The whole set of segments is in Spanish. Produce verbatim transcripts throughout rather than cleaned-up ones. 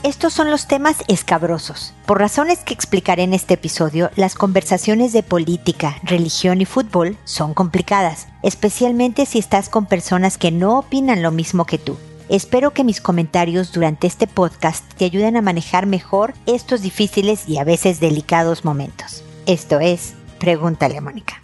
Estos son los temas escabrosos. Por razones que explicaré en este episodio, las conversaciones de política, religión y fútbol son complicadas, especialmente si estás con personas que no opinan lo mismo que tú. Espero que mis comentarios durante este podcast te ayuden a manejar mejor estos difíciles y a veces delicados momentos. Esto es Pregúntale a Mónica.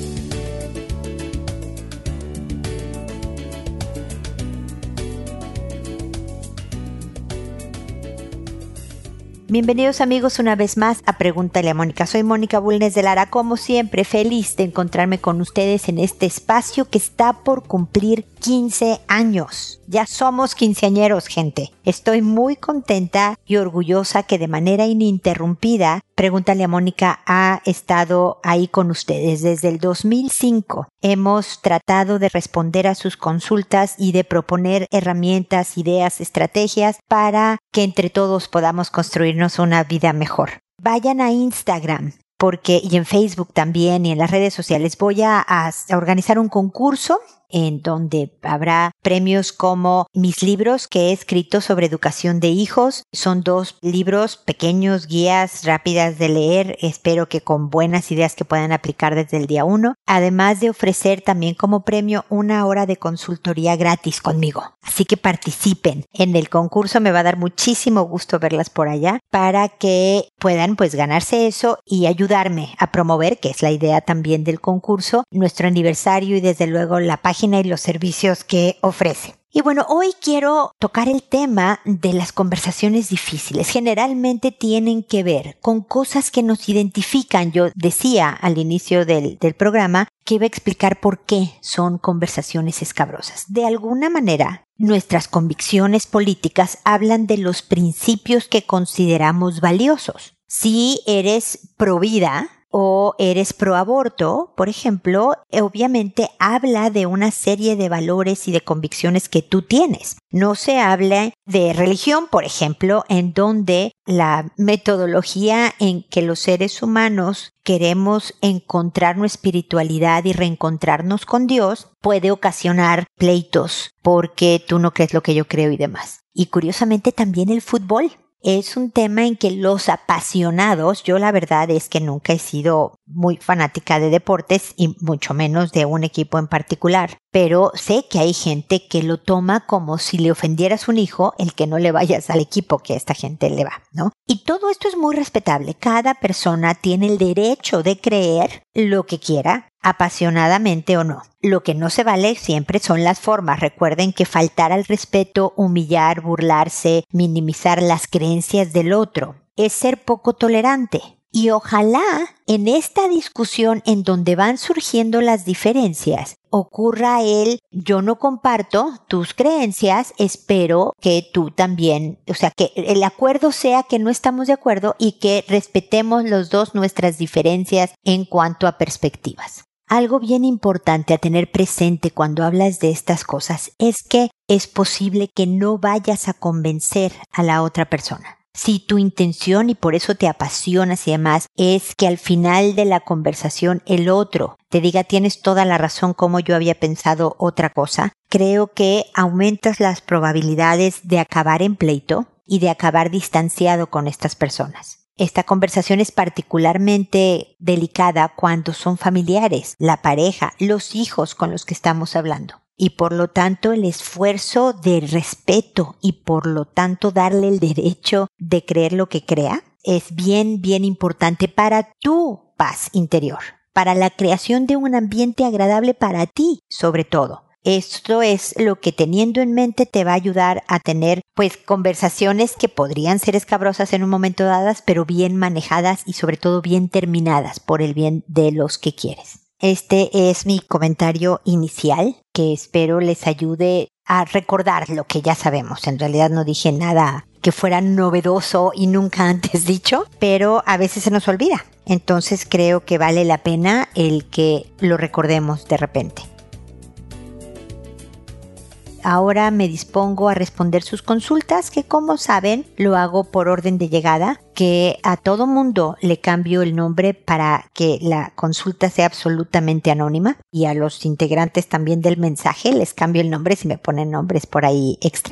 Bienvenidos amigos una vez más a Pregúntale a Mónica. Soy Mónica Bulnes de Lara, como siempre feliz de encontrarme con ustedes en este espacio que está por cumplir quince años. Ya somos quinceañeros, gente. Estoy muy contenta y orgullosa que de manera ininterrumpida Pregúntale a Mónica ha estado ahí con ustedes desde el dos mil cinco. Hemos tratado de responder a sus consultas y de proponer herramientas, ideas, estrategias para que entre todos podamos construirnos una vida mejor. Vayan a Instagram porque y en Facebook también y en las redes sociales. Voy a, a organizar un concurso en donde habrá premios como mis libros que he escrito sobre educación de hijos. Son dos libros pequeños, guías rápidas de leer, espero que con buenas ideas que puedan aplicar desde el día uno. Además de ofrecer también como premio una hora de consultoría gratis conmigo. Así que participen en el concurso, me va a dar muchísimo gusto verlas por allá para que puedan pues ganarse eso y ayudarme a promover, que es la idea también del concurso, nuestro aniversario y desde luego la página y los servicios que ofrece. Y bueno, hoy quiero tocar el tema de las conversaciones difíciles. Generalmente tienen que ver con cosas que nos identifican. Yo decía al inicio del, del programa que iba a explicar por qué son conversaciones escabrosas. De alguna manera, nuestras convicciones políticas hablan de los principios que consideramos valiosos. Si eres pro vida o eres pro aborto, por ejemplo, obviamente habla de una serie de valores y de convicciones que tú tienes. No se habla de religión, por ejemplo, en donde la metodología en que los seres humanos queremos encontrar nuestra espiritualidad y reencontrarnos con Dios puede ocasionar pleitos porque tú no crees lo que yo creo y demás. Y curiosamente también el fútbol. Es un tema en que los apasionados, yo la verdad es que nunca he sido muy fanática de deportes y mucho menos de un equipo en particular, pero sé que hay gente que lo toma como si le ofendieras un hijo el que no le vayas al equipo que a esta gente le va, ¿no? Y todo esto es muy respetable. Cada persona tiene el derecho de creer lo que quiera, apasionadamente o no. Lo que no se vale siempre son las formas. Recuerden que faltar al respeto, humillar, burlarse, minimizar las creencias del otro es ser poco tolerante. Y ojalá en esta discusión en donde van surgiendo las diferencias ocurra el yo no comparto tus creencias, espero que tú también, o sea, que el acuerdo sea que no estamos de acuerdo y que respetemos los dos nuestras diferencias en cuanto a perspectivas. Algo bien importante a tener presente cuando hablas de estas cosas es que es posible que no vayas a convencer a la otra persona. Si tu intención, y por eso te apasionas y demás, es que al final de la conversación el otro te diga tienes toda la razón como yo había pensado otra cosa, creo que aumentas las probabilidades de acabar en pleito y de acabar distanciado con estas personas. Esta conversación es particularmente delicada cuando son familiares, la pareja, los hijos con los que estamos hablando. Y por lo tanto el esfuerzo de respeto y por lo tanto darle el derecho de creer lo que crea es bien, bien importante para tu paz interior, para la creación de un ambiente agradable para ti, sobre todo. Esto es lo que teniendo en mente te va a ayudar a tener pues conversaciones que podrían ser escabrosas en un momento dadas, pero bien manejadas y sobre todo bien terminadas por el bien de los que quieres. Este es mi comentario inicial que espero les ayude a recordar lo que ya sabemos. En realidad no dije nada que fuera novedoso y nunca antes dicho, pero a veces se nos olvida. Entonces creo que vale la pena el que lo recordemos de repente. Ahora me dispongo a responder sus consultas, que como saben lo hago por orden de llegada, que a todo mundo le cambio el nombre para que la consulta sea absolutamente anónima, y a los integrantes también del mensaje les cambio el nombre si me ponen nombres por ahí extras.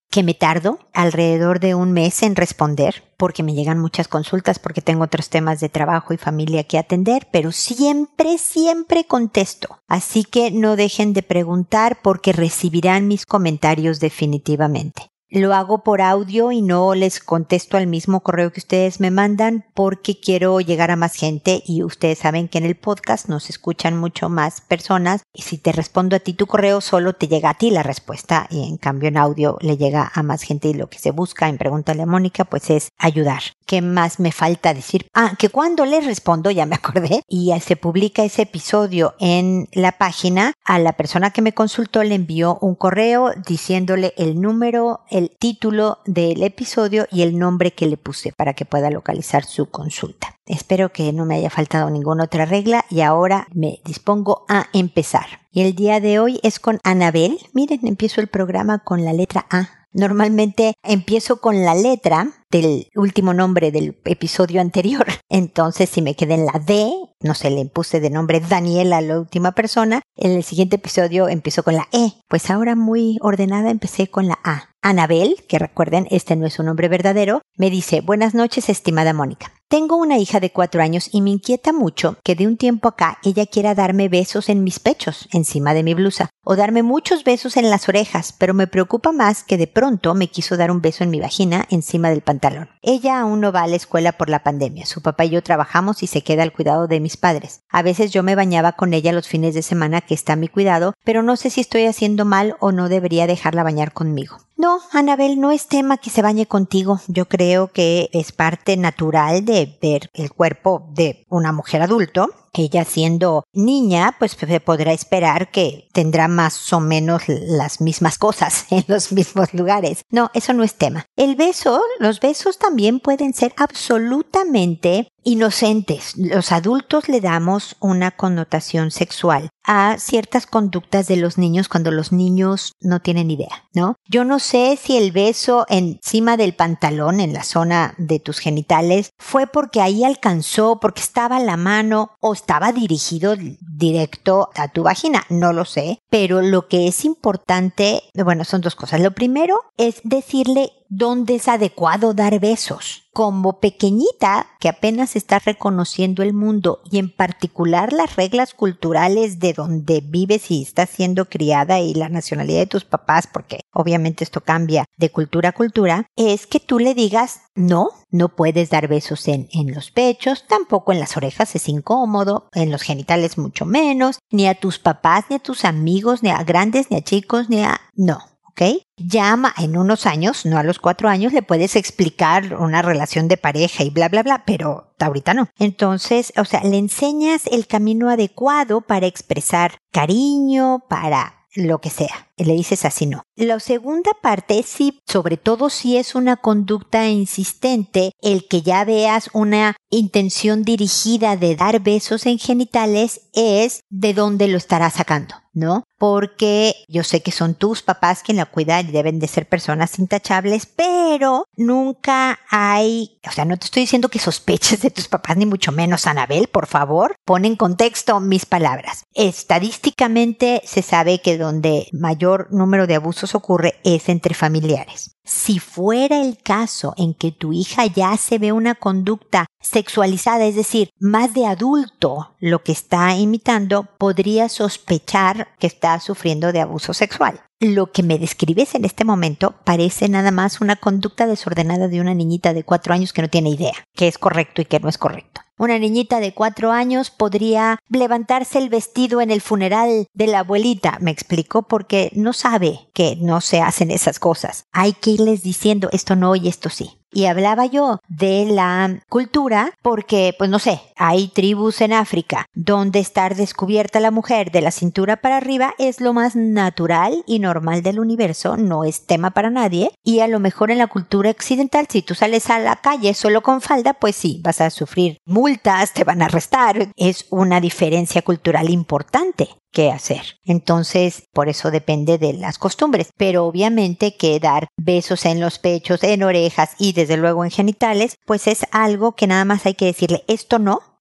que me tardo alrededor de un mes en responder porque me llegan muchas consultas, porque tengo otros temas de trabajo y familia que atender, pero siempre, siempre contesto. Así que no dejen de preguntar porque recibirán mis comentarios definitivamente. Lo hago por audio y no les contesto al mismo correo que ustedes me mandan porque quiero llegar a más gente y ustedes saben que en el podcast nos escuchan mucho más personas y si te respondo a ti tu correo solo te llega a ti la respuesta y en cambio en audio le llega a más gente y lo que se busca en Pregúntale a Mónica pues es ayudar. ¿Qué más me falta decir? Ah, que cuando les respondo, ya me acordé, y se publica ese episodio en la página, a la persona que me consultó le envió un correo diciéndole el número, el título del episodio y el nombre que le puse para que pueda localizar su consulta. Espero que no me haya faltado ninguna otra regla y ahora me dispongo a empezar. Y el día de hoy es con Anabel. Miren, empiezo el programa con la letra A. Normalmente empiezo con la letra del último nombre del episodio anterior. Entonces, si me quedé en la D, no sé, le puse de nombre Daniela a la última persona, en el siguiente episodio empiezo con la E. Pues ahora muy ordenada empecé con la A. Anabel, que recuerden, este no es su nombre verdadero, me dice, buenas noches, estimada Mónica. Tengo una hija de cuatro años y me inquieta mucho que de un tiempo acá ella quiera darme besos en mis pechos, encima de mi blusa, o darme muchos besos en las orejas, pero me preocupa más que de pronto me quiso dar un beso en mi vagina encima del pantalón. Ella aún no va a la escuela por la pandemia. Su papá y yo trabajamos y se queda al cuidado de mis padres. A veces yo me bañaba con ella los fines de semana que está a mi cuidado, pero no sé si estoy haciendo mal o no debería dejarla bañar conmigo. No, Anabel, no es tema que se bañe contigo. Yo creo que es parte natural de ver el cuerpo de una mujer adulto. Ella siendo niña, pues se podrá esperar que tendrá más o menos las mismas cosas en los mismos lugares. No, eso no es tema. El beso, los besos también pueden ser absolutamente inocentes. Los adultos le damos una connotación sexual a ciertas conductas de los niños cuando los niños no tienen idea, ¿no? Yo no sé si el beso encima del pantalón, en la zona de tus genitales, fue porque ahí alcanzó, porque estaba la mano o estaba dirigido directo a tu vagina, no lo sé, pero lo que es importante, bueno, son dos cosas. Lo primero es decirle dónde es adecuado dar besos. Como pequeñita que apenas está reconociendo el mundo y en particular las reglas culturales de donde vives y estás siendo criada y la nacionalidad de tus papás, porque obviamente esto cambia de cultura a cultura, es que tú le digas no, no puedes dar besos en, en los pechos, tampoco en las orejas es incómodo, en los genitales mucho menos, ni a tus papás, ni a tus amigos, ni a grandes, ni a chicos, ni a... no. ¿Ok? Llama en unos años, no a los cuatro años, le puedes explicar una relación de pareja y bla, bla, bla, pero ahorita no. Entonces, o sea, le enseñas el camino adecuado para expresar cariño, para lo que sea. Le dices así no. La segunda parte es si, sobre todo si es una conducta insistente, el que ya veas una intención dirigida de dar besos en genitales es de dónde lo estarás sacando, ¿no? Porque yo sé que son tus papás quien la cuidan y deben de ser personas intachables, pero nunca hay, o sea, no te estoy diciendo que sospeches de tus papás, ni mucho menos, Anabel, por favor, pon en contexto mis palabras. Estadísticamente se sabe que donde mayor número de abusos ocurre es entre familiares. Si fuera el caso en que tu hija ya se ve una conducta sexualizada, es decir, más de adulto lo que está imitando, podría sospechar que está sufriendo de abuso sexual. Lo que me describes en este momento parece nada más una conducta desordenada de una niñita de cuatro años que no tiene idea qué es correcto y qué no es correcto. Una niñita de cuatro años podría levantarse el vestido en el funeral de la abuelita, me explico, porque no sabe que no se hacen esas cosas. Hay que irles diciendo esto no y esto sí. Y hablaba yo de la cultura porque, pues no sé, hay tribus en África donde estar descubierta la mujer de la cintura para arriba es lo más natural y normal del universo, no es tema para nadie. Y a lo mejor en la cultura occidental, si tú sales a la calle solo con falda, pues sí, vas a sufrir multas, te van a arrestar. Es una diferencia cultural importante. ¿Qué hacer? Entonces, por eso depende de las costumbres. Pero obviamente que dar besos en los pechos, en orejas y desde luego en genitales, pues es algo que nada más hay que decirle esto no,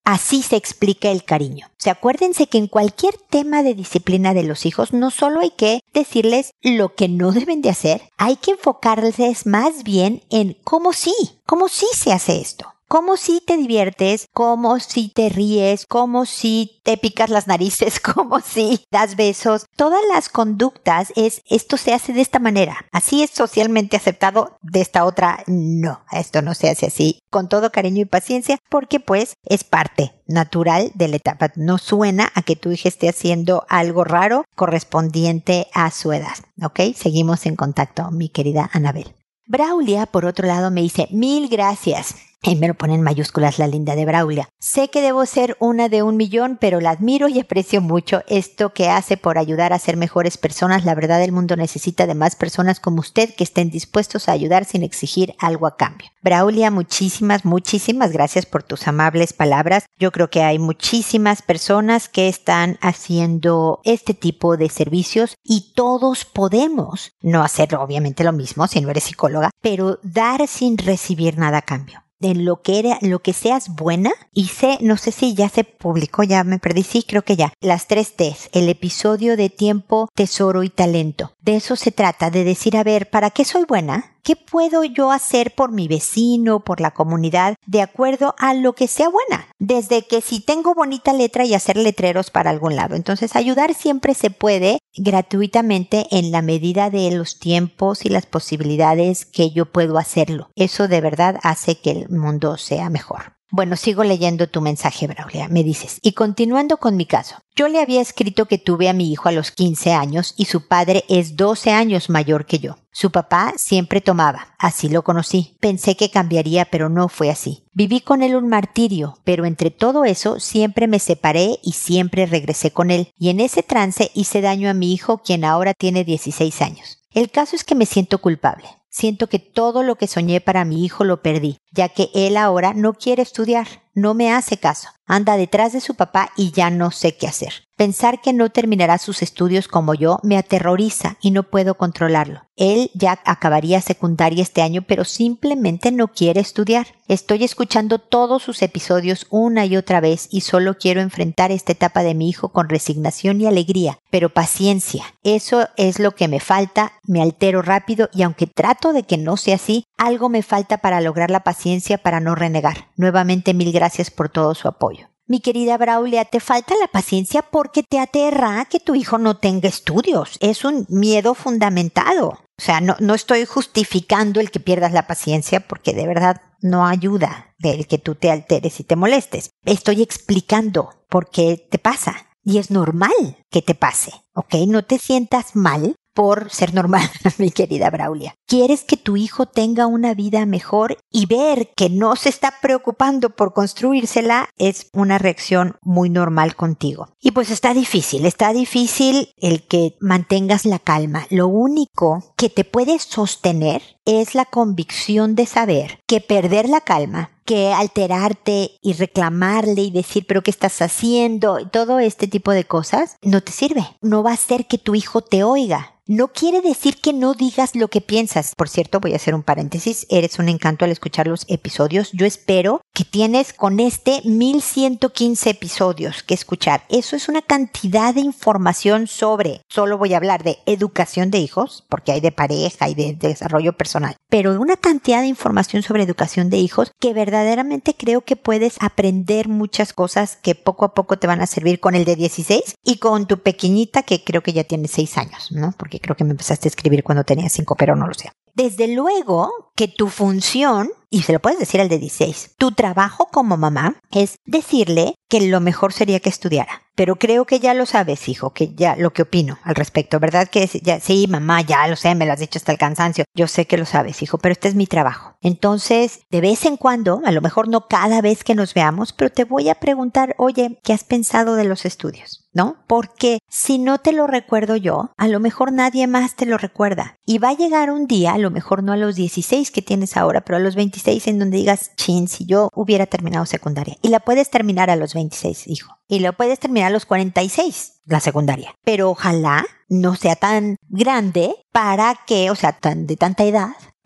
Así se explica el cariño. O sea, acuérdense que en cualquier tema de disciplina de los hijos no solo hay que decirles lo que no deben de hacer, hay que enfocarles más bien en cómo sí, cómo sí se hace esto. Cómo si te diviertes, cómo si te ríes, cómo si te picas las narices, cómo si das besos. Todas las conductas es, esto se hace de esta manera. Así es socialmente aceptado, de esta otra, no. Esto no se hace así, con todo cariño y paciencia, porque pues es parte natural de la etapa. No suena a que tu hija esté haciendo algo raro correspondiente a su edad. ¿Ok? Seguimos en contacto, mi querida Anabel. Braulia, por otro lado, me dice, mil gracias. Y me lo pone en mayúsculas la linda de Braulia. Sé que debo ser una de un millón, pero la admiro y aprecio mucho esto que hace por ayudar a ser mejores personas. La verdad, el mundo necesita de más personas como usted que estén dispuestos a ayudar sin exigir algo a cambio. Braulia, muchísimas, muchísimas gracias por tus amables palabras. Yo creo que hay muchísimas personas que están haciendo este tipo de servicios y todos podemos no hacer obviamente lo mismo si no eres psicóloga, pero dar sin recibir nada a cambio. En lo que era, lo que seas buena, y sé, no sé si ya se publicó, ya me perdí, sí, creo que ya, las tres T's, el episodio de tiempo, tesoro y talento. De eso se trata, de decir, a ver, ¿para qué soy buena? ¿Qué puedo yo hacer por mi vecino, por la comunidad, de acuerdo a lo que sea buena? Desde que si tengo bonita letra y hacer letreros para algún lado. Entonces, ayudar siempre se puede gratuitamente en la medida de los tiempos y las posibilidades que yo puedo hacerlo. Eso de verdad hace que el mundo sea mejor. Bueno, sigo leyendo tu mensaje, Braulia. Me dices, y continuando con mi caso, yo le había escrito que tuve a mi hijo a los quince años y su padre es doce años mayor que yo. Su papá siempre tomaba, así lo conocí. Pensé que cambiaría, pero no fue así. Viví con él un martirio, pero entre todo eso siempre me separé y siempre regresé con él. Y en ese trance hice daño a mi hijo, quien ahora tiene dieciséis años. El caso es que me siento culpable. Siento que todo lo que soñé para mi hijo lo perdí, ya que él ahora no quiere estudiar, no me hace caso, anda detrás de su papá y ya no sé qué hacer. Pensar que no terminará sus estudios como yo me aterroriza y no puedo controlarlo. Él ya acabaría secundaria este año, pero simplemente no quiere estudiar. Estoy escuchando todos sus episodios una y otra vez y solo quiero enfrentar esta etapa de mi hijo con resignación y alegría, pero paciencia. Eso es lo que me falta, me altero rápido y aunque trato de que no sea así, algo me falta para lograr la paciencia para no renegar. Nuevamente mil gracias por todo su apoyo. Mi querida Braulia, te falta la paciencia porque te aterra que tu hijo no tenga estudios. Es un miedo fundamentado. O sea, no, no estoy justificando el que pierdas la paciencia porque de verdad no ayuda el que tú te alteres y te molestes. Estoy explicando por qué te pasa. Y es normal que te pase, ¿ok? No te sientas mal por ser normal, mi querida Braulia. Quieres que tu hijo tenga una vida mejor y ver que no se está preocupando por construírsela es una reacción muy normal contigo. Y pues está difícil, está difícil el que mantengas la calma. Lo único que te puede sostener es la convicción de saber que perder la calma, que alterarte y reclamarle y decir, pero ¿qué estás haciendo? Todo este tipo de cosas no te sirve. No va a hacer que tu hijo te oiga. No quiere decir que no digas lo que piensas. Por cierto, voy a hacer un paréntesis. Eres un encanto al escuchar los episodios. Yo espero que tienes con este mil ciento quince episodios que escuchar. Eso es una cantidad de información sobre, solo voy a hablar de educación de hijos, porque hay de pareja y de, de desarrollo personal, pero una cantidad de información sobre educación de hijos que verdaderamente creo que puedes aprender muchas cosas que poco a poco te van a servir con el de dieciséis y con tu pequeñita que creo que ya tiene seis años, ¿no? Porque creo que me empezaste a escribir cuando tenía cinco, pero no lo sé. Desde luego que tu función, y se lo puedes decir al de dieciséis, tu trabajo como mamá es decirle que lo mejor sería que estudiara. Pero creo que ya lo sabes, hijo, que ya lo que opino al respecto, ¿verdad? Que ya, sí, mamá, ya lo sé, me lo has dicho hasta el cansancio. Yo sé que lo sabes, hijo, pero este es mi trabajo. Entonces, de vez en cuando, a lo mejor no cada vez que nos veamos, pero te voy a preguntar, oye, ¿qué has pensado de los estudios? ¿No? Porque si no te lo recuerdo yo, a lo mejor nadie más te lo recuerda. Y va a llegar un día, a lo mejor no a los dieciséis que tienes ahora, pero a los veintiséis en donde digas, chin, si yo hubiera terminado secundaria. Y la puedes terminar a los veintiséis, hijo. Y lo puedes terminar a los cuarenta y seis, la secundaria. Pero ojalá no sea tan grande para que, o sea, tan, de tanta edad,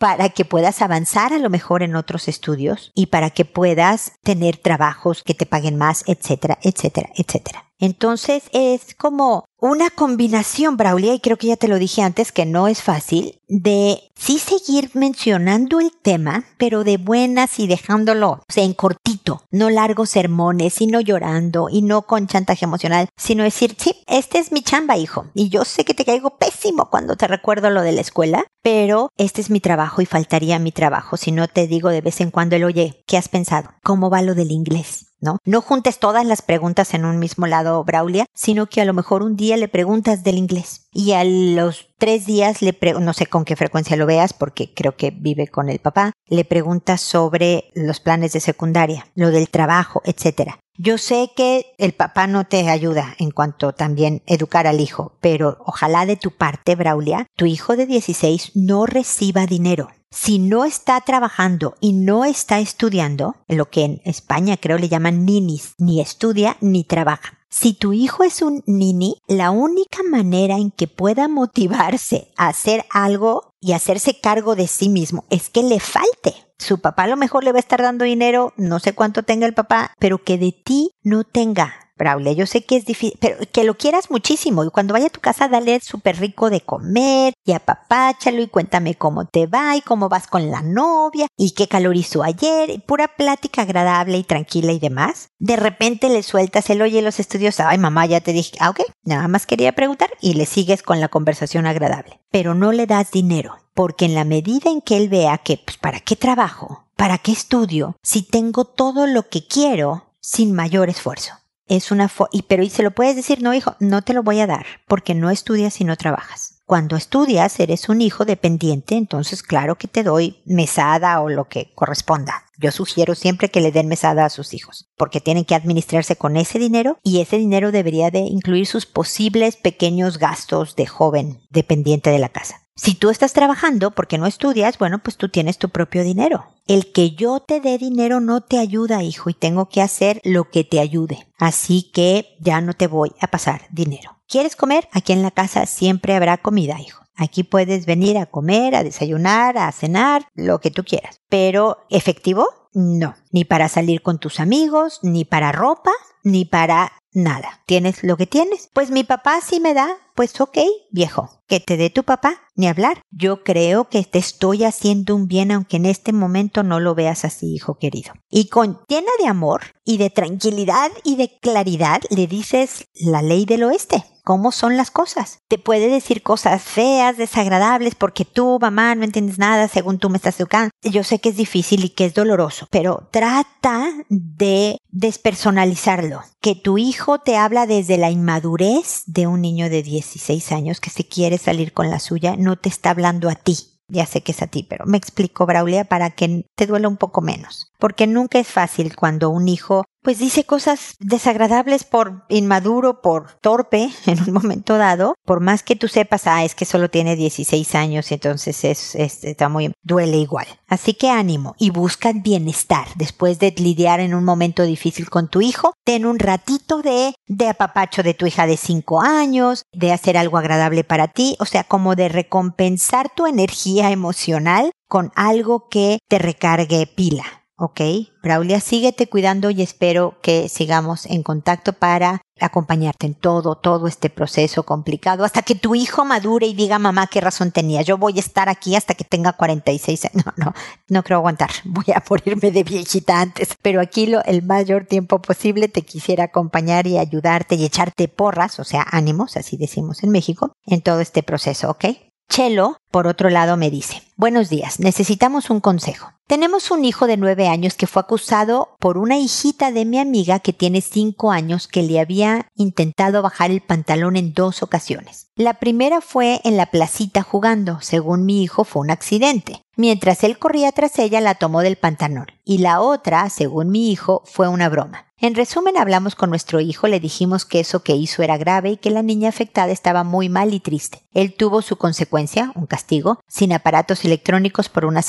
para que puedas avanzar a lo mejor en otros estudios y para que puedas tener trabajos que te paguen más, etcétera, etcétera, etcétera. Entonces es como una combinación, Braulia, y creo que ya te lo dije antes, que no es fácil, de sí seguir mencionando el tema, pero de buenas y dejándolo, o sea, en cortito, no largos sermones, y no llorando, y no con chantaje emocional, sino decir, sí, este es mi chamba, hijo, y yo sé que te caigo pésimo cuando te recuerdo lo de la escuela, pero este es mi trabajo y faltaría mi trabajo si no te digo de vez en cuando el, oye, ¿qué has pensado? ¿Cómo va lo del inglés? ¿No? No juntes todas las preguntas en un mismo lado, Braulia, sino que a lo mejor un día le preguntas del inglés y a los tres días le pre- no sé con qué frecuencia lo veas porque creo que vive con el papá, le preguntas sobre los planes de secundaria, lo del trabajo, etcétera. Yo sé que el papá no te ayuda en cuanto también educar al hijo, pero ojalá de tu parte, Braulia, tu hijo de dieciséis no reciba dinero. Si no está trabajando y no está estudiando, lo que en España creo le llaman ninis, ni estudia ni trabaja. Si tu hijo es un nini, la única manera en que pueda motivarse a hacer algo y hacerse cargo de sí mismo es que le falte. Su papá a lo mejor le va a estar dando dinero, no sé cuánto tenga el papá, pero que de ti no tenga. Braulia, yo sé que es difícil, pero que lo quieras muchísimo y cuando vaya a tu casa dale súper rico de comer y apapáchalo y cuéntame cómo te va y cómo vas con la novia y qué calor hizo ayer y pura plática agradable y tranquila y demás. De repente le sueltas el oye los estudios, ay mamá ya te dije, ah ok, nada más quería preguntar y le sigues con la conversación agradable, pero no le das dinero porque en la medida en que él vea que pues ¿para qué trabajo? ¿Para qué estudio? Si tengo todo lo que quiero sin mayor esfuerzo. Es una fo- y pero y se lo puedes decir, no hijo, no te lo voy a dar porque no estudias y no trabajas. Cuando estudias eres un hijo dependiente, entonces claro que te doy mesada o lo que corresponda. Yo sugiero siempre que le den mesada a sus hijos porque tienen que administrarse con ese dinero y ese dinero debería de incluir sus posibles pequeños gastos de joven dependiente de la casa. Si tú estás trabajando porque no estudias, bueno, pues tú tienes tu propio dinero. El que yo te dé dinero no te ayuda, hijo, y tengo que hacer lo que te ayude. Así que ya no te voy a pasar dinero. ¿Quieres comer? Aquí en la casa siempre habrá comida, hijo. Aquí puedes venir a comer, a desayunar, a cenar, lo que tú quieras. Pero, ¿efectivo? No. Ni para salir con tus amigos, ni para ropa, ni para nada. ¿Tienes lo que tienes? Pues mi papá sí me da. Pues ok, viejo, que te dé tu papá, ni hablar. Yo creo que te estoy haciendo un bien aunque en este momento no lo veas así, hijo querido. Y con llena de amor y de tranquilidad y de claridad le dices la ley del oeste. ¿Cómo son las cosas? Te puede decir cosas feas, desagradables, porque tú, mamá, no entiendes nada según tú me estás educando. Yo sé que es difícil y que es doloroso, pero trata de despersonalizarlo. Que tu hijo te habla desde la inmadurez de un niño de dieciséis años que se quiere salir con la suya, no te está hablando a ti. Ya sé que es a ti, pero me explico, Braulia, para que te duela un poco menos. Porque nunca es fácil cuando un hijo pues dice cosas desagradables por inmaduro, por torpe en un momento dado, por más que tú sepas, ah, es que solo tiene dieciséis años y entonces es, es, está muy, duele igual. Así que ánimo y busca bienestar. Después de lidiar en un momento difícil con tu hijo, ten un ratito de, de apapacho de tu hija de cinco años, de hacer algo agradable para ti, o sea, como de recompensar tu energía emocional con algo que te recargue pila. Ok, Braulia, síguete cuidando y espero que sigamos en contacto para acompañarte en todo, todo este proceso complicado, hasta que tu hijo madure y diga, mamá, qué razón tenía, yo voy a estar aquí hasta que tenga cuarenta y seis años. No, no, no creo aguantar, voy a morirme de viejita antes, pero aquí lo, el mayor tiempo posible te quisiera acompañar y ayudarte y echarte porras, o sea, ánimos, así decimos en México, en todo este proceso, ¿ok? Chelo, por otro lado, me dice, buenos días, necesitamos un consejo. Tenemos un hijo de nueve años que fue acusado por una hijita de mi amiga que tiene cinco años que le había intentado bajar el pantalón en dos ocasiones. La primera fue en la placita jugando, según mi hijo fue un accidente. Mientras él corría tras ella la tomó del pantalón y la otra, según mi hijo, fue una broma. En resumen, hablamos con nuestro hijo, le dijimos que eso que hizo era grave y que la niña afectada estaba muy mal y triste. Él tuvo su consecuencia, un castigo, sin aparatos electrónicos por una semana.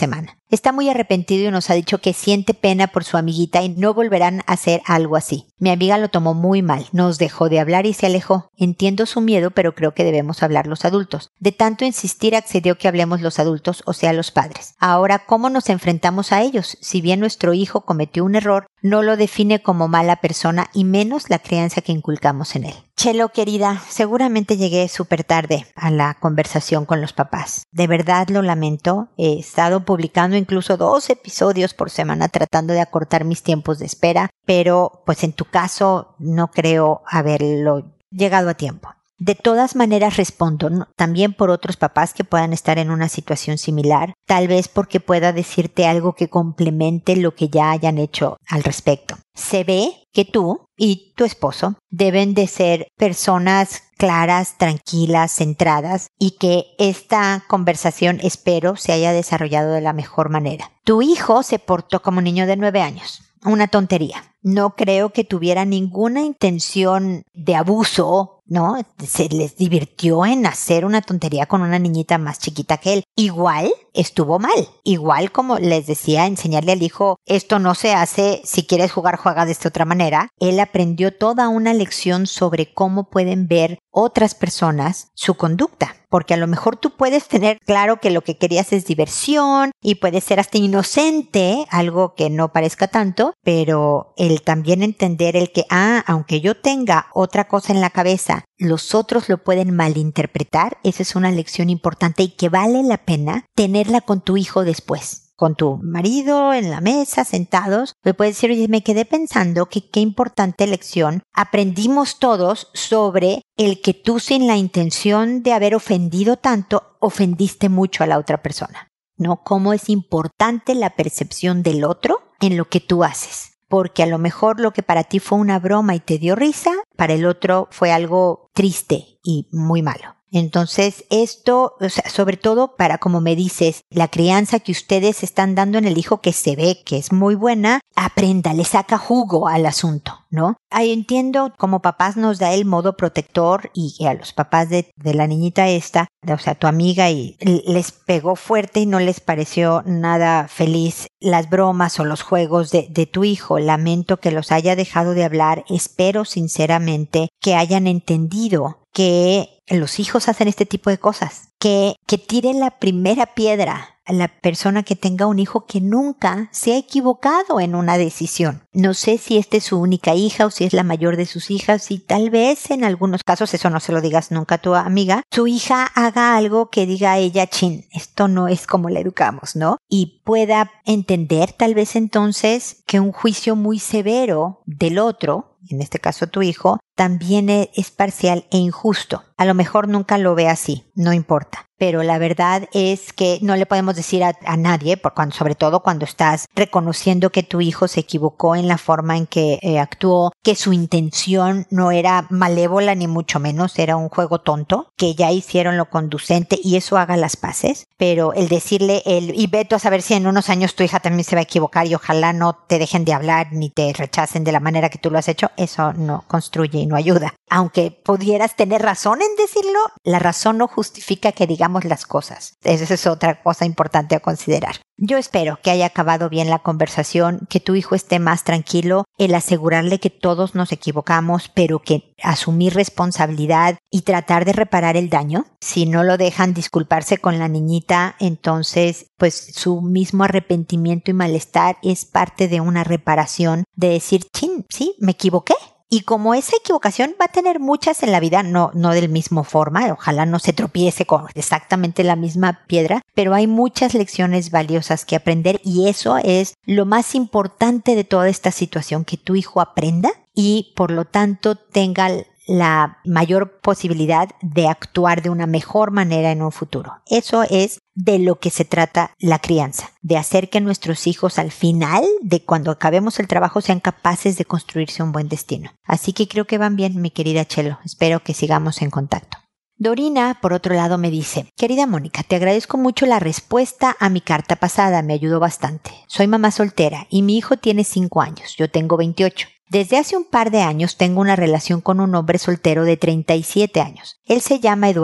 Está muy arrepentido y nos ha dicho que siente pena por su amiguita y no volverán a hacer algo así. Mi amiga lo tomó muy mal, nos dejó de hablar y se alejó. Entiendo su miedo, pero creo que debemos hablar los adultos. De tanto insistir accedió que hablemos los adultos, o sea, los padres. Ahora, ¿cómo nos enfrentamos a ellos? Si bien nuestro hijo cometió un error, no lo define como mala persona y menos la crianza que inculcamos en él. Chelo, querida, seguramente llegué súper tarde a la conversación con los papás. De verdad lo lamento. He estado publicando incluso dos episodios por semana tratando de acortar mis tiempos de espera, pero pues en tu caso no creo haberlo llegado a tiempo. De todas maneras respondo, ¿no? También por otros papás que puedan estar en una situación similar, tal vez porque pueda decirte algo que complemente lo que ya hayan hecho al respecto. Se ve que tú y tu esposo deben de ser personas claras, tranquilas, centradas y que esta conversación, espero, se haya desarrollado de la mejor manera. Tu hijo se portó como un niño de nueve años. Una tontería. No creo que tuviera ninguna intención de abuso, ¿no? Se les divirtió en hacer una tontería con una niñita más chiquita que él. Igual estuvo mal. Igual como les decía, enseñarle al hijo, esto no se hace, si quieres jugar, juega de esta otra manera. Él aprendió toda una lección sobre cómo pueden ver otras personas su conducta. Porque a lo mejor tú puedes tener claro que lo que querías es diversión y puede ser hasta inocente, algo que no parezca tanto, pero el también entender el que, ah, aunque yo tenga otra cosa en la cabeza, los otros lo pueden malinterpretar, esa es una lección importante y que vale la pena tenerla con tu hijo después. Con tu marido en la mesa, sentados, le puedes decir, oye, me quedé pensando que qué importante lección aprendimos todos sobre el que tú sin la intención de haber ofendido tanto, ofendiste mucho a la otra persona, ¿no? Cómo es importante la percepción del otro en lo que tú haces. Porque a lo mejor lo que para ti fue una broma y te dio risa, para el otro fue algo triste y muy malo. Entonces esto, o sea, sobre todo para, como me dices, la crianza que ustedes están dando en el hijo, que se ve que es muy buena, aprenda, le saca jugo al asunto, ¿no? Ahí entiendo, como papás nos da el modo protector y, y a los papás de, de la niñita esta, o sea, tu amiga, y les pegó fuerte y no les pareció nada feliz las bromas o los juegos de, de tu hijo. Lamento que los haya dejado de hablar. Espero sinceramente que hayan entendido que los hijos hacen este tipo de cosas, que, que tiren la primera piedra a la persona que tenga un hijo que nunca se ha equivocado en una decisión. No sé si esta es su única hija o si es la mayor de sus hijas y tal vez en algunos casos, eso no se lo digas nunca a tu amiga, su hija haga algo que diga a ella, chin, esto no es como la educamos, ¿no? Y pueda entender tal vez entonces que un juicio muy severo del otro, en este caso tu hijo, también es parcial e injusto. A lo mejor nunca lo ve así, no importa. Pero la verdad es que no le podemos decir a, a nadie, por cuando, sobre todo cuando estás reconociendo que tu hijo se equivocó en la forma en que eh, actuó, que su intención no era malévola ni mucho menos, era un juego tonto, que ya hicieron lo conducente y eso haga las paces. Pero el decirle, el, y vete a saber si en unos años tu hija también se va a equivocar y ojalá no te dejen de hablar ni te rechacen de la manera que tú lo has hecho, eso no construye y no ayuda. Aunque pudieras tener razón en decirlo, la razón no justifica que digamos las cosas. Esa es otra cosa importante a considerar. Yo espero que haya acabado bien la conversación, que tu hijo esté más tranquilo, el asegurarle que todos nos equivocamos, pero que asumir responsabilidad y tratar de reparar el daño. Si no lo dejan disculparse con la niñita, entonces pues su mismo arrepentimiento y malestar es parte de una reparación, de decir, chin, sí, me equivoqué. Y como esa equivocación va a tener muchas en la vida, no, no del mismo forma, ojalá no se tropiece con exactamente la misma piedra, pero hay muchas lecciones valiosas que aprender y eso es lo más importante de toda esta situación, que tu hijo aprenda y por lo tanto tenga la mayor posibilidad de actuar de una mejor manera en un futuro. Eso es de lo que se trata la crianza, de hacer que nuestros hijos al final, de cuando acabemos el trabajo, sean capaces de construirse un buen destino. Así que creo que van bien, mi querida Chelo. Espero que sigamos en contacto. Dorina, por otro lado, me dice, querida Mónica, te agradezco mucho la respuesta a mi carta pasada, me ayudó bastante. Soy mamá soltera y mi hijo tiene cinco años, yo tengo veintiocho. Desde hace un par de años tengo una relación con un hombre soltero de treinta y siete años. Él se llama Eduardo.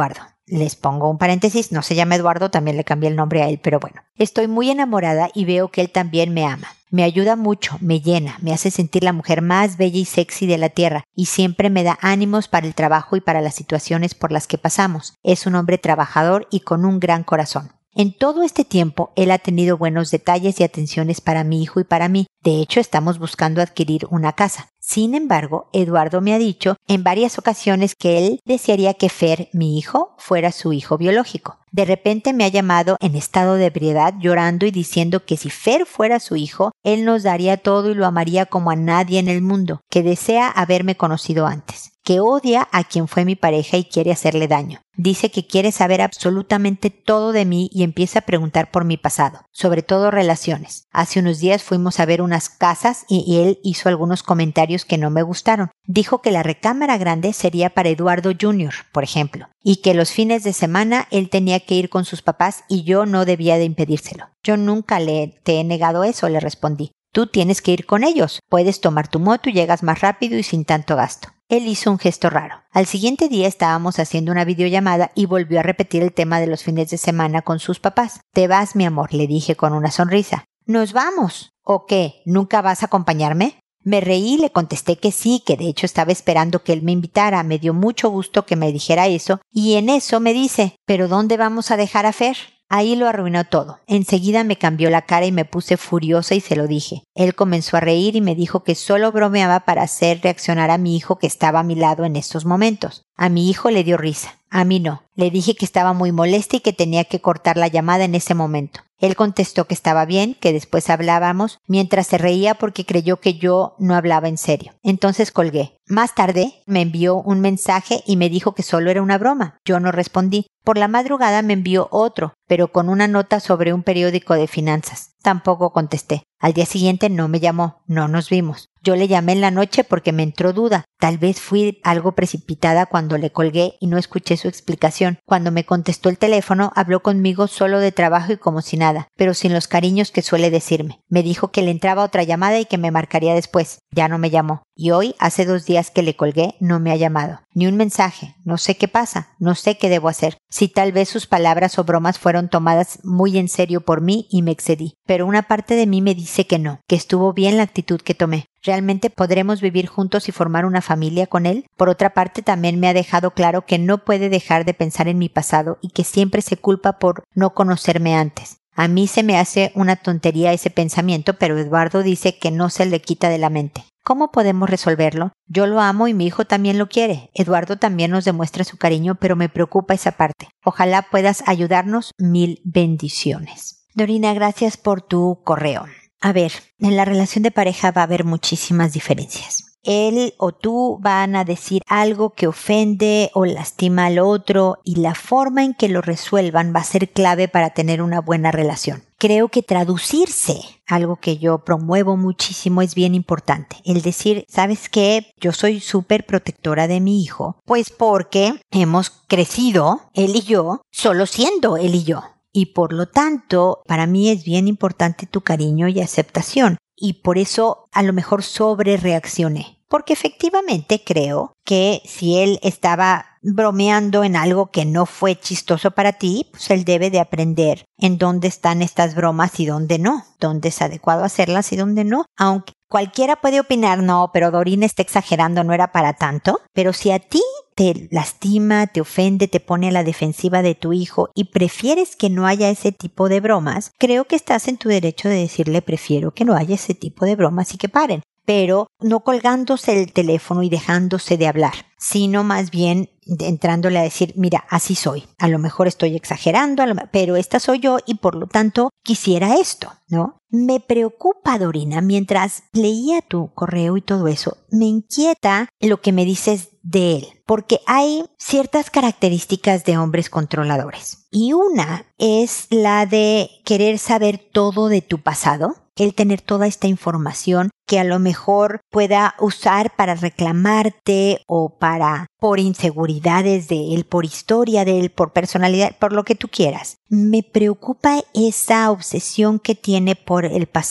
les pongo un paréntesis, no se llama Eduardo, también le cambié el nombre a él, pero bueno. Estoy muy enamorada y veo que él también me ama. Me ayuda mucho, me llena, me hace sentir la mujer más bella y sexy de la tierra y siempre me da ánimos para el trabajo y para las situaciones por las que pasamos. Es un hombre trabajador y con un gran corazón. En todo este tiempo, él ha tenido buenos detalles y atenciones para mi hijo y para mí. De hecho, estamos buscando adquirir una casa. Sin embargo, Eduardo me ha dicho en varias ocasiones que él desearía que Fer, mi hijo, fuera su hijo biológico. De repente me ha llamado en estado de ebriedad, llorando y diciendo que si Fer fuera su hijo, él nos daría todo y lo amaría como a nadie en el mundo, que desea haberme conocido antes, que odia a quien fue mi pareja y quiere hacerle daño. Dice que quiere saber absolutamente todo de mí y empieza a preguntar por mi pasado, sobre todo relaciones. Hace unos días fuimos a ver unas casas y, y él hizo algunos comentarios que no me gustaron. Dijo que la recámara grande sería para Eduardo junior, por ejemplo, y que los fines de semana él tenía que ir con sus papás y yo no debía de impedírselo. Yo nunca le te he negado eso, le respondí. Tú tienes que ir con ellos. Puedes tomar tu moto y llegas más rápido y sin tanto gasto. Él hizo un gesto raro. Al siguiente día estábamos haciendo una videollamada y volvió a repetir el tema de los fines de semana con sus papás. Te vas, mi amor, le dije con una sonrisa. ¿Nos vamos? ¿O qué? ¿Nunca vas a acompañarme? Me reí y le contesté que sí, que de hecho estaba esperando que él me invitara. Me dio mucho gusto que me dijera eso y en eso me dice, ¿pero dónde vamos a dejar a Fer? Ahí lo arruinó todo. Enseguida me cambió la cara y me puse furiosa y se lo dije. Él comenzó a reír y me dijo que solo bromeaba para hacer reaccionar a mi hijo que estaba a mi lado en estos momentos. A mi hijo le dio risa. A mí no. Le dije que estaba muy molesta y que tenía que cortar la llamada en ese momento. Él contestó que estaba bien, que después hablábamos, mientras se reía porque creyó que yo no hablaba en serio. Entonces colgué. Más tarde me envió un mensaje y me dijo que solo era una broma. Yo no respondí. Por la madrugada me envió otro, pero con una nota sobre un periódico de finanzas. Tampoco contesté. Al día siguiente no me llamó, no nos vimos. Yo le llamé en la noche porque me entró duda. Tal vez fui algo precipitada cuando le colgué y no escuché su explicación. Cuando me contestó el teléfono, habló conmigo solo de trabajo y como si nada, pero sin los cariños que suele decirme. Me dijo que le entraba otra llamada y que me marcaría después. Ya no me llamó. Y hoy, hace dos días que le colgué, no me ha llamado. Ni un mensaje. No sé qué pasa. No sé qué debo hacer. Si tal vez sus palabras o bromas fueron tomadas muy en serio por mí y me excedí. Pero una parte de mí me dice que no, que estuvo bien la actitud que tomé. ¿Realmente podremos vivir juntos y formar una familia con él? Por otra parte, también me ha dejado claro que no puede dejar de pensar en mi pasado y que siempre se culpa por no conocerme antes. A mí se me hace una tontería ese pensamiento, pero Eduardo dice que no se le quita de la mente. ¿Cómo podemos resolverlo? Yo lo amo y mi hijo también lo quiere. Eduardo también nos demuestra su cariño, pero me preocupa esa parte. Ojalá puedas ayudarnos. Mil bendiciones. Dorina, gracias por tu correo. A ver, en la relación de pareja va a haber muchísimas diferencias. Él o tú van a decir algo que ofende o lastima al otro y la forma en que lo resuelvan va a ser clave para tener una buena relación. Creo que traducirse, algo que yo promuevo muchísimo, es bien importante. El decir, ¿sabes qué? Yo soy súper protectora de mi hijo, pues porque hemos crecido, él y yo, solo siendo él y yo. Y por lo tanto, para mí es bien importante tu cariño y aceptación. Y por eso a lo mejor sobre reaccioné. Porque efectivamente creo que si él estaba bromeando en algo que no fue chistoso para ti, pues él debe de aprender en dónde están estas bromas y dónde no, dónde es adecuado hacerlas y dónde no. Aunque cualquiera puede opinar, no, pero Dorina está exagerando, no era para tanto. Pero si a ti te lastima, te ofende, te pone a la defensiva de tu hijo y prefieres que no haya ese tipo de bromas, creo que estás en tu derecho de decirle prefiero que no haya ese tipo de bromas y que paren. Pero no colgándose el teléfono y dejándose de hablar, sino más bien entrándole a decir, mira, así soy. A lo mejor estoy exagerando, pero esta soy yo y por lo tanto quisiera esto, ¿no? Me preocupa, Dorina, mientras leía tu correo y todo eso, me inquieta lo que me dices de él, porque hay ciertas características de hombres controladores. Y una es la de querer saber todo de tu pasado, el tener toda esta información que a lo mejor pueda usar para reclamarte o para por inseguridades de él, por historia de él, por personalidad, por lo que tú quieras. Me preocupa esa obsesión que tiene por el pasado.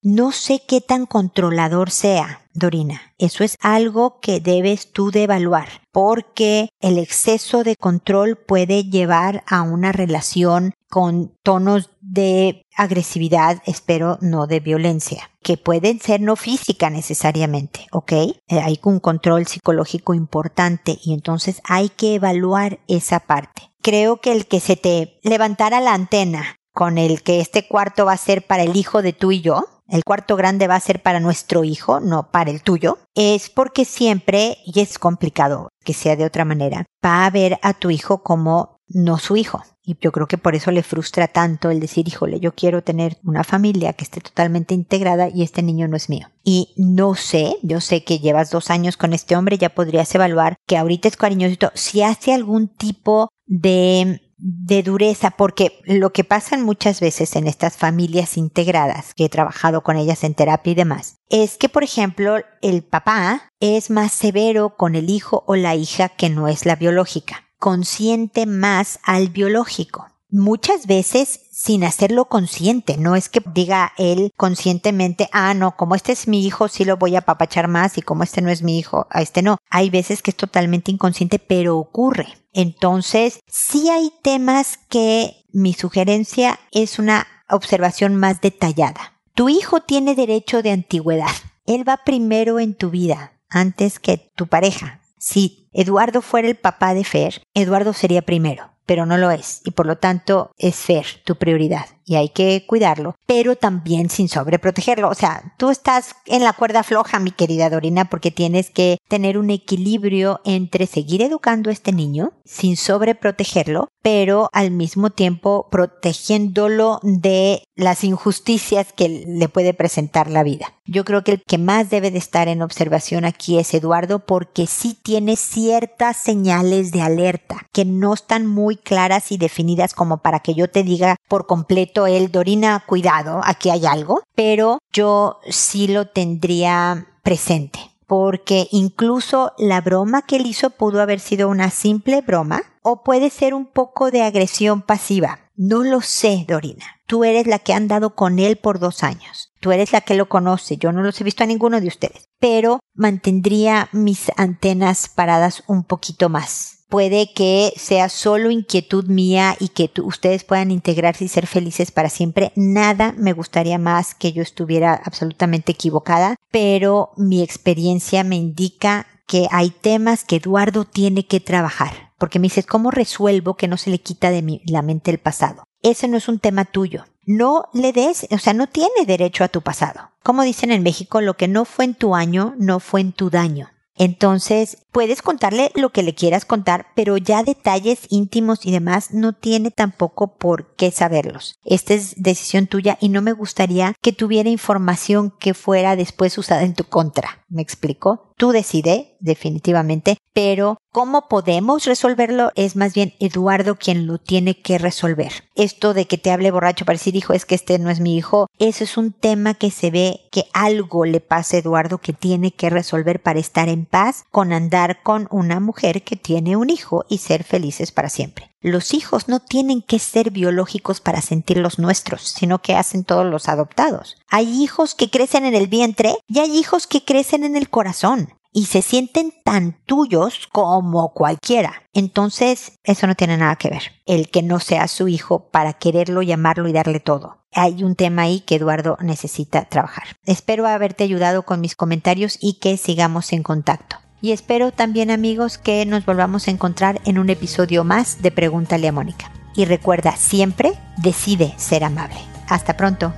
No sé qué tan controlador sea, Dorina. Eso es algo que debes tú de evaluar, porque el exceso de control puede llevar a una relación con tonos de agresividad, espero no de violencia, que pueden ser no física necesariamente, ¿ok? Eh, hay un control psicológico importante y entonces hay que evaluar esa parte. Creo que el que se te levantara la antena con el que este cuarto va a ser para el hijo de tú y yo, el cuarto grande va a ser para nuestro hijo, no para el tuyo, es porque siempre, y es complicado que sea de otra manera, va a ver a tu hijo como no su hijo. Y yo creo que por eso le frustra tanto el decir, híjole, yo quiero tener una familia que esté totalmente integrada y este niño no es mío. Y no sé, yo sé que llevas dos años con este hombre, ya podrías evaluar que ahorita es cariñosito, si hace algún tipo de... de dureza, porque lo que pasa muchas veces en estas familias integradas, que he trabajado con ellas en terapia y demás, es que, por ejemplo, el papá es más severo con el hijo o la hija que no es la biológica, consiente más al biológico. Muchas veces sin hacerlo consciente, no es que diga él conscientemente, ah, no, como este es mi hijo, sí lo voy a apapachar más y como este no es mi hijo, a este no. Hay veces que es totalmente inconsciente, pero ocurre. Entonces, sí hay temas que mi sugerencia es una observación más detallada. Tu hijo tiene derecho de antigüedad. Él va primero en tu vida, antes que tu pareja. Si Eduardo fuera el papá de Fer, Eduardo sería primero, pero no lo es y por lo tanto es Fer tu prioridad y hay que cuidarlo, pero también sin sobreprotegerlo. O sea, tú estás en la cuerda floja, mi querida Dorina, porque tienes que tener un equilibrio entre seguir educando a este niño sin sobreprotegerlo, pero al mismo tiempo protegiéndolo de las injusticias que le puede presentar la vida. Yo creo que el que más debe de estar en observación aquí es Eduardo, porque sí tiene ciertas señales de alerta que no están muy claras y definidas como para que yo te diga por completo él, Dorina, cuidado, aquí hay algo, pero yo sí lo tendría presente. Porque incluso la broma que él hizo pudo haber sido una simple broma o puede ser un poco de agresión pasiva. No lo sé, Dorina. Tú eres la que ha andado con él por dos años. Tú eres la que lo conoce. Yo no los he visto a ninguno de ustedes. Pero mantendría mis antenas paradas un poquito más. Puede que sea solo inquietud mía y que tú, ustedes puedan integrarse y ser felices para siempre. Nada me gustaría más que yo estuviera absolutamente equivocada, pero mi experiencia me indica que hay temas que Eduardo tiene que trabajar. Porque me dices, ¿cómo resuelvo que no se le quita de mi, la mente el pasado? Ese no es un tema tuyo. No le des, o sea, no tiene derecho a tu pasado. Como dicen en México, lo que no fue en tu año, no fue en tu daño. Entonces, puedes contarle lo que le quieras contar, pero ya detalles íntimos y demás no tiene tampoco por qué saberlos. Esta es decisión tuya y no me gustaría que tuviera información que fuera después usada en tu contra. ¿Me explico? Tú decides, definitivamente, pero ¿cómo podemos resolverlo? Es más bien Eduardo quien lo tiene que resolver. Esto de que te hable borracho para decir, hijo, es que este no es mi hijo, eso es un tema que se ve que algo le pasa a Eduardo que tiene que resolver para estar en paz con andar con una mujer que tiene un hijo y ser felices para siempre. Los hijos no tienen que ser biológicos para sentir los nuestros, sino que hacen todos los adoptados. Hay hijos que crecen en el vientre y hay hijos que crecen en el corazón y se sienten tan tuyos como cualquiera. Entonces, eso no tiene nada que ver. El que no sea su hijo para quererlo, llamarlo y darle todo. Hay un tema ahí que Eduardo necesita trabajar. Espero haberte ayudado con mis comentarios y que sigamos en contacto. Y espero también, amigos, que nos volvamos a encontrar en un episodio más de Pregúntale a Mónica. Y recuerda, siempre decide ser amable. Hasta pronto.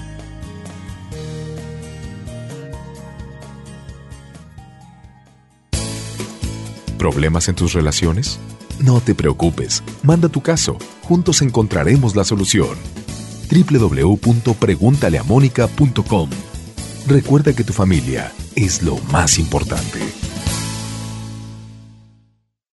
¿Problemas en tus relaciones? No te preocupes. Manda tu caso. Juntos encontraremos la solución. doble u doble u doble u punto pregúntale a mónica punto com. Recuerda que tu familia es lo más importante.